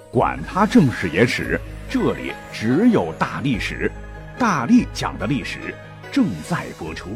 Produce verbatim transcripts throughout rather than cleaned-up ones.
管他正史野史，这里只有大历史，大力讲的历史正在播出。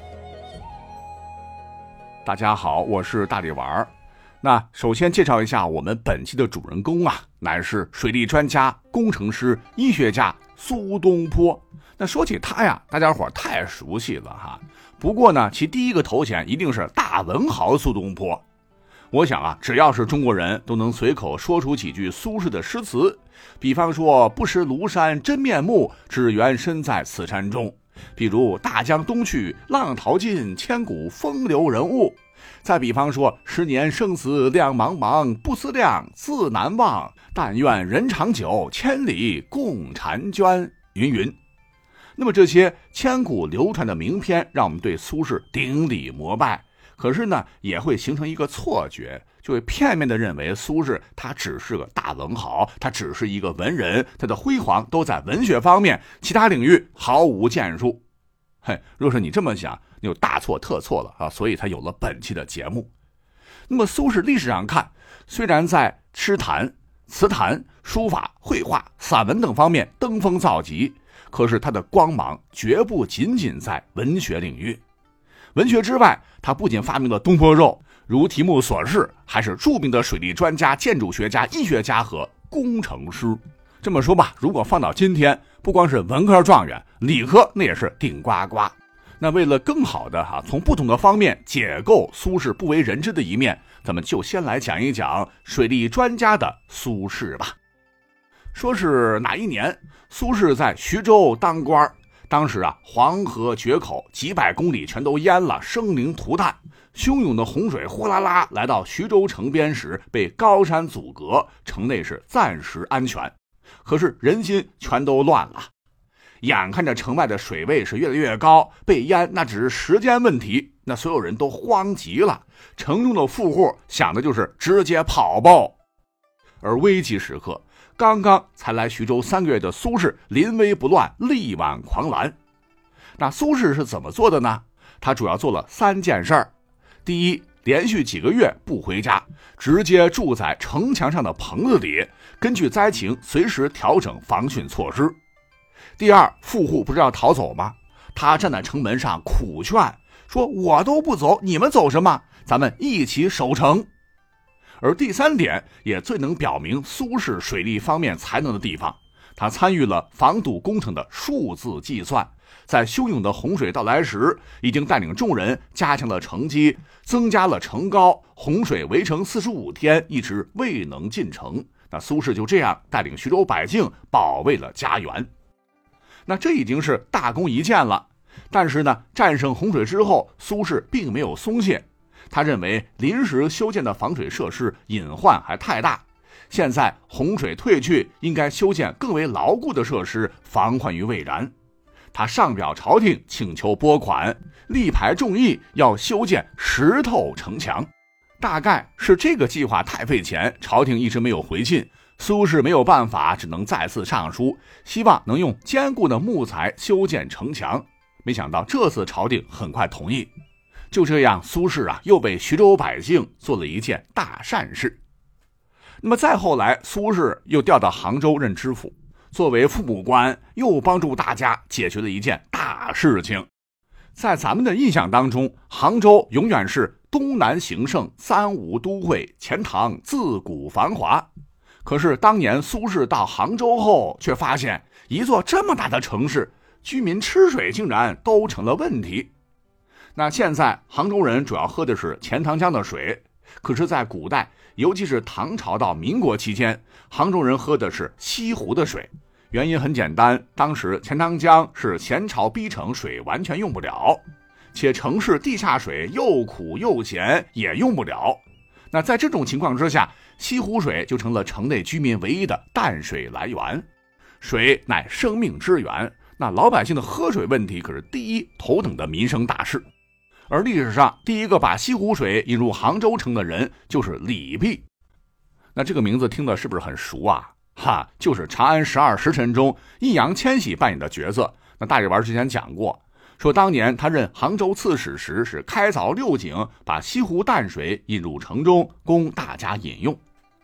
大家好，我是大力丸。那首先介绍一下我们本期的主人公啊，乃是水利专家、工程师、医学家苏东坡。那说起他呀，大家伙太熟悉了哈。不过呢，其第一个头衔一定是大文豪苏东坡。我想啊，只要是中国人都能随口说出几句苏轼的诗词，比方说不识庐山真面目，只缘身在此山中，比如大江东去，浪淘尽，千古风流人物，再比方说十年生死两茫茫，不思量，自难忘，但愿人长久，千里共婵娟，云云。那么这些千古流传的名篇让我们对苏轼顶礼膜拜，可是呢也会形成一个错觉，就会片面的认为苏轼他只是个大文豪，他只是一个文人，他的辉煌都在文学方面，其他领域毫无建树。嘿，若是你这么想，你就大错特错了啊！所以才有了本期的节目。那么苏轼历史上看，虽然在诗坛、词坛、书法、绘画、散文等方面登峰造极，可是他的光芒绝不仅仅在文学领域。文学之外，他不仅发明了东坡肉，如题目所示，还是著名的水利专家、建筑学家、医学家和工程师。这么说吧，如果放到今天，不光是文科状元，理科那也是顶呱呱。那为了更好的哈、啊，从不同的方面解构苏轼不为人知的一面，咱们就先来讲一讲水利专家的苏轼吧。说是哪一年，苏轼在徐州当官，当时啊，黄河决口，几百公里全都淹了，生灵涂炭。汹涌的洪水呼啦啦来到徐州城边时，被高山阻隔，城内是暂时安全。可是人心全都乱了，眼看着城外的水位是越来越高，被淹那只是时间问题。那所有人都慌极了，城中的富户想的就是直接跑吧。而危急时刻，刚刚才来徐州三个月的苏轼临危不乱，力挽狂澜。那苏轼是怎么做的呢？他主要做了三件事儿。第一，连续几个月不回家，直接住在城墙上的棚子里，根据灾情随时调整防汛措施。第二，富户不是要逃走吗？他站在城门上苦劝，说我都不走，你们走什么？咱们一起守城。而第三点也最能表明苏轼水利方面才能的地方，他参与了防堵工程的数字计算，在汹涌的洪水到来时，已经带领众人加强了城基，增加了城高，洪水围城四十五天一直未能进城。那苏轼就这样带领徐州百姓保卫了家园。那这已经是大功一件了，但是呢，战胜洪水之后，苏轼并没有松懈。他认为临时修建的防水设施隐患还太大，现在洪水退去，应该修建更为牢固的设施，防患于未然。他上表朝廷请求拨款，力排众议，要修建石头城墙。大概是这个计划太费钱，朝廷一直没有回信，苏轼没有办法，只能再次上书，希望能用坚固的木材修建城墙。没想到这次朝廷很快同意。就这样，苏轼啊又为徐州百姓做了一件大善事。那么再后来，苏轼又调到杭州任知府，作为父母官，又帮助大家解决了一件大事情。在咱们的印象当中，杭州永远是东南形胜，三吴都会，钱塘自古繁华。可是当年苏轼到杭州后，却发现一座这么大的城市，居民吃水竟然都成了问题。那现在杭州人主要喝的是钱塘江的水，可是在古代，尤其是唐朝到民国期间，杭州人喝的是西湖的水。原因很简单，当时钱塘江是前朝逼城，水完全用不了，且城市地下水又苦又咸，也用不了。那在这种情况之下，西湖水就成了城内居民唯一的淡水来源。水乃生命之源，那老百姓的喝水问题可是第一头等的民生大事。而历史上第一个把西湖水引入杭州城的人就是李泌。那这个名字听的是不是很熟啊？哈，就是《长安十二时辰》中易烊千玺扮演的角色。那大力丸之前讲过，说当年他任杭州刺史时是开凿六井，把西湖淡水引入城中供大家饮用。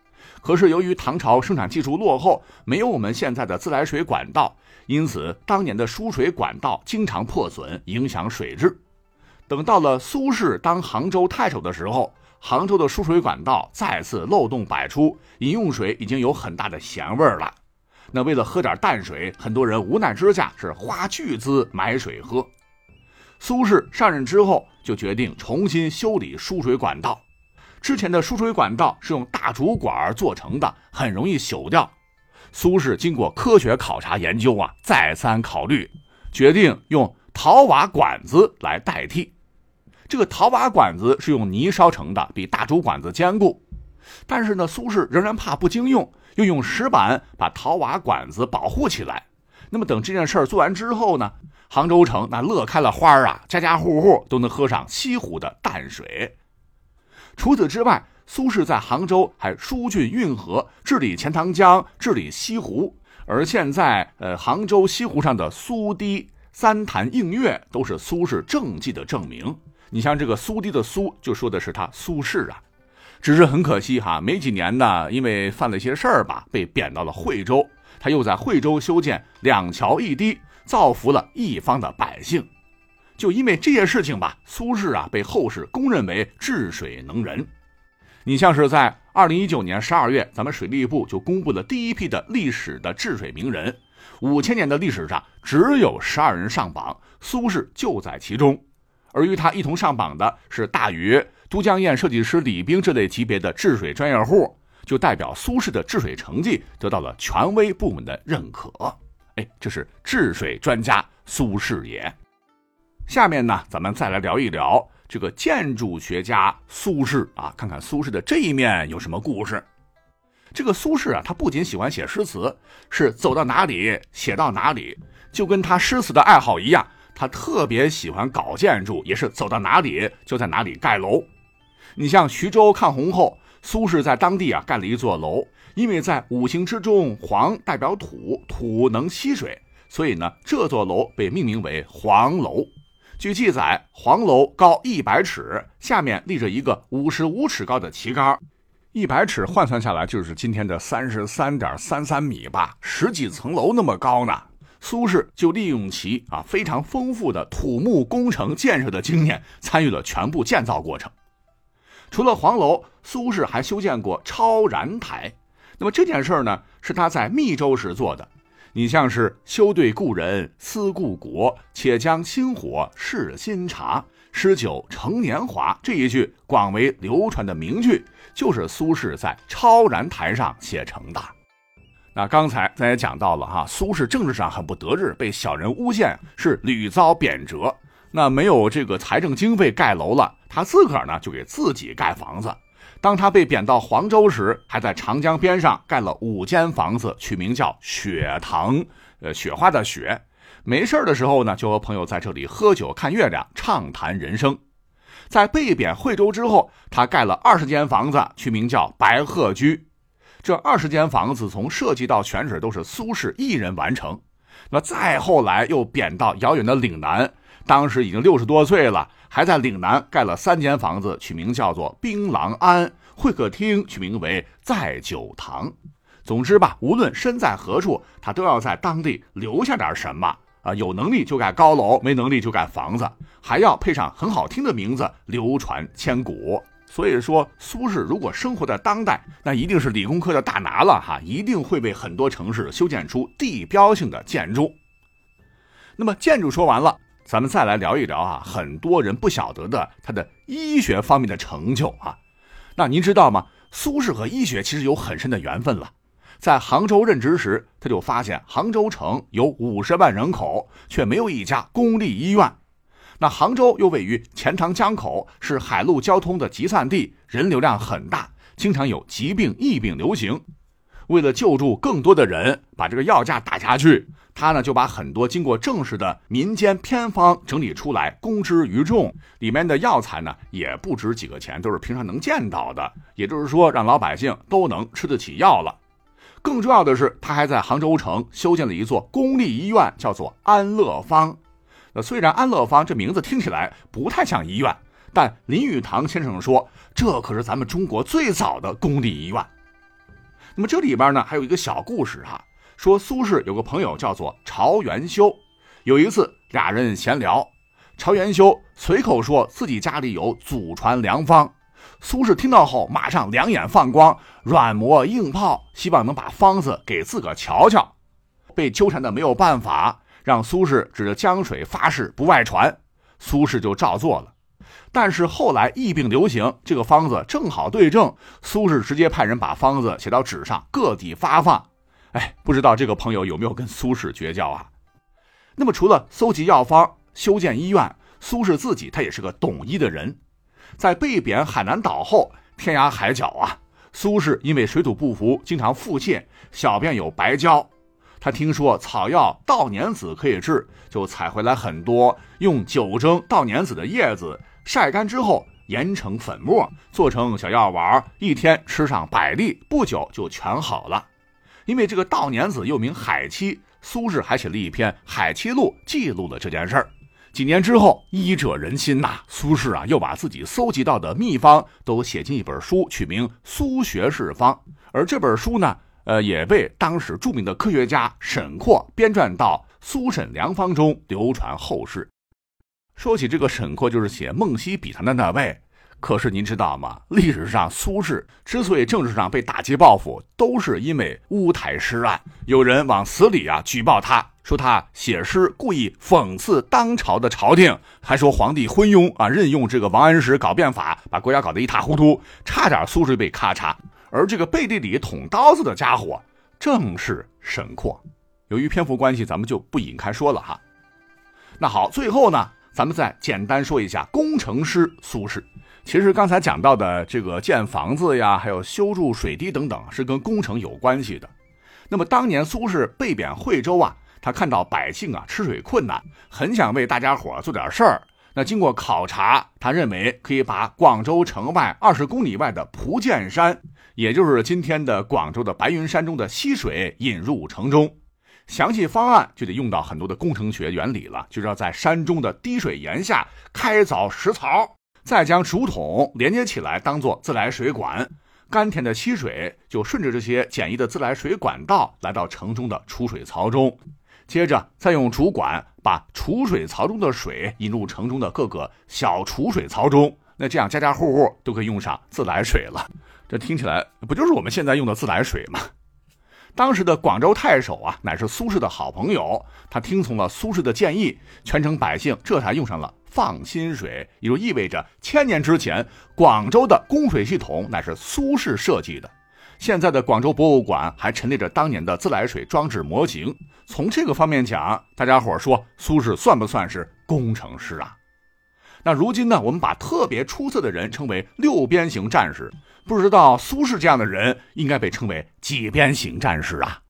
可是由于唐朝生产技术落后，没有我们现在的自来水管道，因此当年的输水管道经常破损，影响水质。等到了苏轼当杭州太守的时候，杭州的输水管道再次漏洞百出，饮用水已经有很大的咸味了。那为了喝点淡水，很多人无奈之下是花巨资买水喝。苏轼上任之后，就决定重新修理输水管道。之前的输水管道是用大竹管做成的，很容易朽掉。苏轼经过科学考察研究啊，再三考虑，决定用陶瓦管子来代替。这个陶瓦管子是用泥烧成的，比大竹管子坚固。但是呢，苏轼仍然怕不经用，又用石板把陶瓦管子保护起来。那么等这件事儿做完之后呢，杭州城那乐开了花啊，家家户户都能喝上西湖的淡水。除此之外，苏轼在杭州还疏浚运河，治理钱塘江，治理西湖。而现在呃，杭州西湖上的苏堤、三潭映月都是苏轼政绩的证明。你像这个苏堤的苏，就说的是他苏轼啊。只是很可惜哈，没几年呢，因为犯了一些事儿吧，被贬到了惠州。他又在惠州修建两桥一堤，造福了一方的百姓。就因为这些事情吧，苏轼啊被后世公认为治水能人。你像是在二零一九年十二月，咱们水利部就公布了第一批的历史的治水名人，五千年的历史上只有十二人上榜，苏轼就在其中。而与他一同上榜的是大禹、都江堰设计师李冰这类级别的治水专业户，就代表苏轼的治水成绩得到了权威部门的认可。哎，这是治水专家苏轼也。下面呢，咱们再来聊一聊这个建筑学家苏轼啊，看看苏轼的这一面有什么故事。这个苏轼啊，他不仅喜欢写诗词，是走到哪里写到哪里，就跟他诗词的爱好一样，他特别喜欢搞建筑，也是走到哪里就在哪里盖楼。你像徐州抗洪后，苏轼在当地啊盖了一座楼，因为在五行之中，黄代表土，土能吸水，所以呢，这座楼被命名为黄楼。据记载，黄楼高一百尺，下面立着一个五十五尺高的旗杆，一百尺换算下来就是今天的 三十三点三三米吧，十几层楼那么高呢。苏轼就利用其啊非常丰富的土木工程建设的经验，参与了全部建造过程。除了黄楼，苏轼还修建过超然台。那么这件事呢，是他在密州时做的。你像是休对故人思故国，且将新火试新茶，诗酒成年华，这一句广为流传的名句，就是苏轼在超然台上写成的。那刚才咱也讲到了哈，苏轼政治上很不得志，被小人诬陷，是屡遭贬谪。那没有这个财政经费盖楼了，他自个儿呢就给自己盖房子。当他被贬到黄州时，还在长江边上盖了五间房子，取名叫雪堂，呃，雪花的雪。没事的时候呢，就和朋友在这里喝酒看月亮，畅谈人生。在被贬惠州之后，他盖了二十间房子，取名叫白鹤居。这二十间房子从设计到选址都是苏轼一人完成。那再后来又贬到遥远的岭南，当时已经六十多岁了，还在岭南盖了三间房子，取名叫做槟榔庵，会客厅取名为在酒堂。总之吧，无论身在何处，他都要在当地留下点什么啊！有能力就盖高楼，没能力就盖房子，还要配上很好听的名字，流传千古。所以说，苏轼如果生活在当代，那一定是理工科的大拿了哈，一定会为很多城市修建出地标性的建筑。那么建筑说完了，咱们再来聊一聊啊，很多人不晓得的他的医学方面的成就啊。那您知道吗？苏轼和医学其实有很深的缘分了。在杭州任职时，他就发现杭州城有五十万人口，却没有一家公立医院。那杭州又位于钱塘江口，是海陆交通的集散地，人流量很大，经常有疾病疫病流行。为了救助更多的人，把这个药价打下去，他呢就把很多经过证实的民间偏方整理出来，公之于众。里面的药材呢也不值几个钱，都是平常能见到的，也就是说让老百姓都能吃得起药了。更重要的是，他还在杭州城修建了一座公立医院，叫做安乐坊。那虽然安乐坊这名字听起来不太像医院，但林语堂先生说，这可是咱们中国最早的公立医院。 那么这里边呢还有一个小故事哈、啊，说苏轼有个朋友叫做曹元修，有一次俩人闲聊，曹元修随口说自己家里有祖传良方，苏轼听到后马上两眼放光，软磨硬泡，希望能把方子给自个瞧瞧。被纠缠的没有办法，让苏轼指着江水发誓不外传，苏轼就照做了。但是后来疫病流行，这个方子正好对症，苏轼直接派人把方子写到纸上，各地发放。哎，不知道这个朋友有没有跟苏轼绝交啊？那么除了搜集药方、修建医院，苏轼自己他也是个懂医的人。在被贬海南岛后，天涯海角啊，苏轼因为水土不服，经常腹泻，小便有白胶。他听说草药稻粘子可以治，就采回来很多，用酒蒸稻粘子的叶子晒干之后研成粉末，做成小药丸，一天吃上百粒，不久就全好了。因为这个稻粘子又名海七，苏轼还写了一篇《海七录》，记录了这件事儿。几年之后，医者仁心呐、啊，苏轼啊又把自己搜集到的秘方都写进一本书，取名《苏学士方》。而这本书呢，呃，也被当时著名的科学家沈括编撰到《苏沈良方》中，流传后世。说起这个沈括，就是写《梦溪笔谈》的那位。可是您知道吗？历史上苏轼之所以政治上被打击报复，都是因为乌台诗案。有人往死里啊举报他，说他写诗故意讽刺当朝的朝廷，还说皇帝昏庸啊，任用这个王安石搞变法，把国家搞得一塌糊涂，差点苏轼被咔嚓。而这个背地里捅刀子的家伙，正是沈括。由于篇幅关系，咱们就不引开说了哈。那好，最后呢，咱们再简单说一下工程师苏轼。其实刚才讲到的这个建房子呀，还有修筑水滴等等，是跟工程有关系的。那么当年苏轼被贬惠州啊，他看到百姓啊吃水困难，很想为大家伙做点事儿。那经过考察，他认为可以把广州城外二十公里外的蒲涧山，也就是今天的广州的白云山中的溪水引入城中。详细方案就得用到很多的工程学原理了，就是要在山中的滴水岩下开凿石槽，再将竹筒连接起来当做自来水管，甘甜的溪水就顺着这些简易的自来水管道来到城中的储水槽中，接着再用竹管把储水槽中的水引入城中的各个小储水槽中，那这样家家户户都可以用上自来水了。这听起来不就是我们现在用的自来水吗？当时的广州太守啊，乃是苏轼的好朋友，他听从了苏轼的建议，全城百姓这才用上了放心水，也就意味着千年之前广州的供水系统乃是苏轼设计的。现在的广州博物馆还陈列着当年的自来水装置模型。从这个方面讲，大家伙说苏轼算不算是工程师啊？那如今呢，我们把特别出色的人称为六边形战士，不知道苏轼这样的人应该被称为几边形战士啊？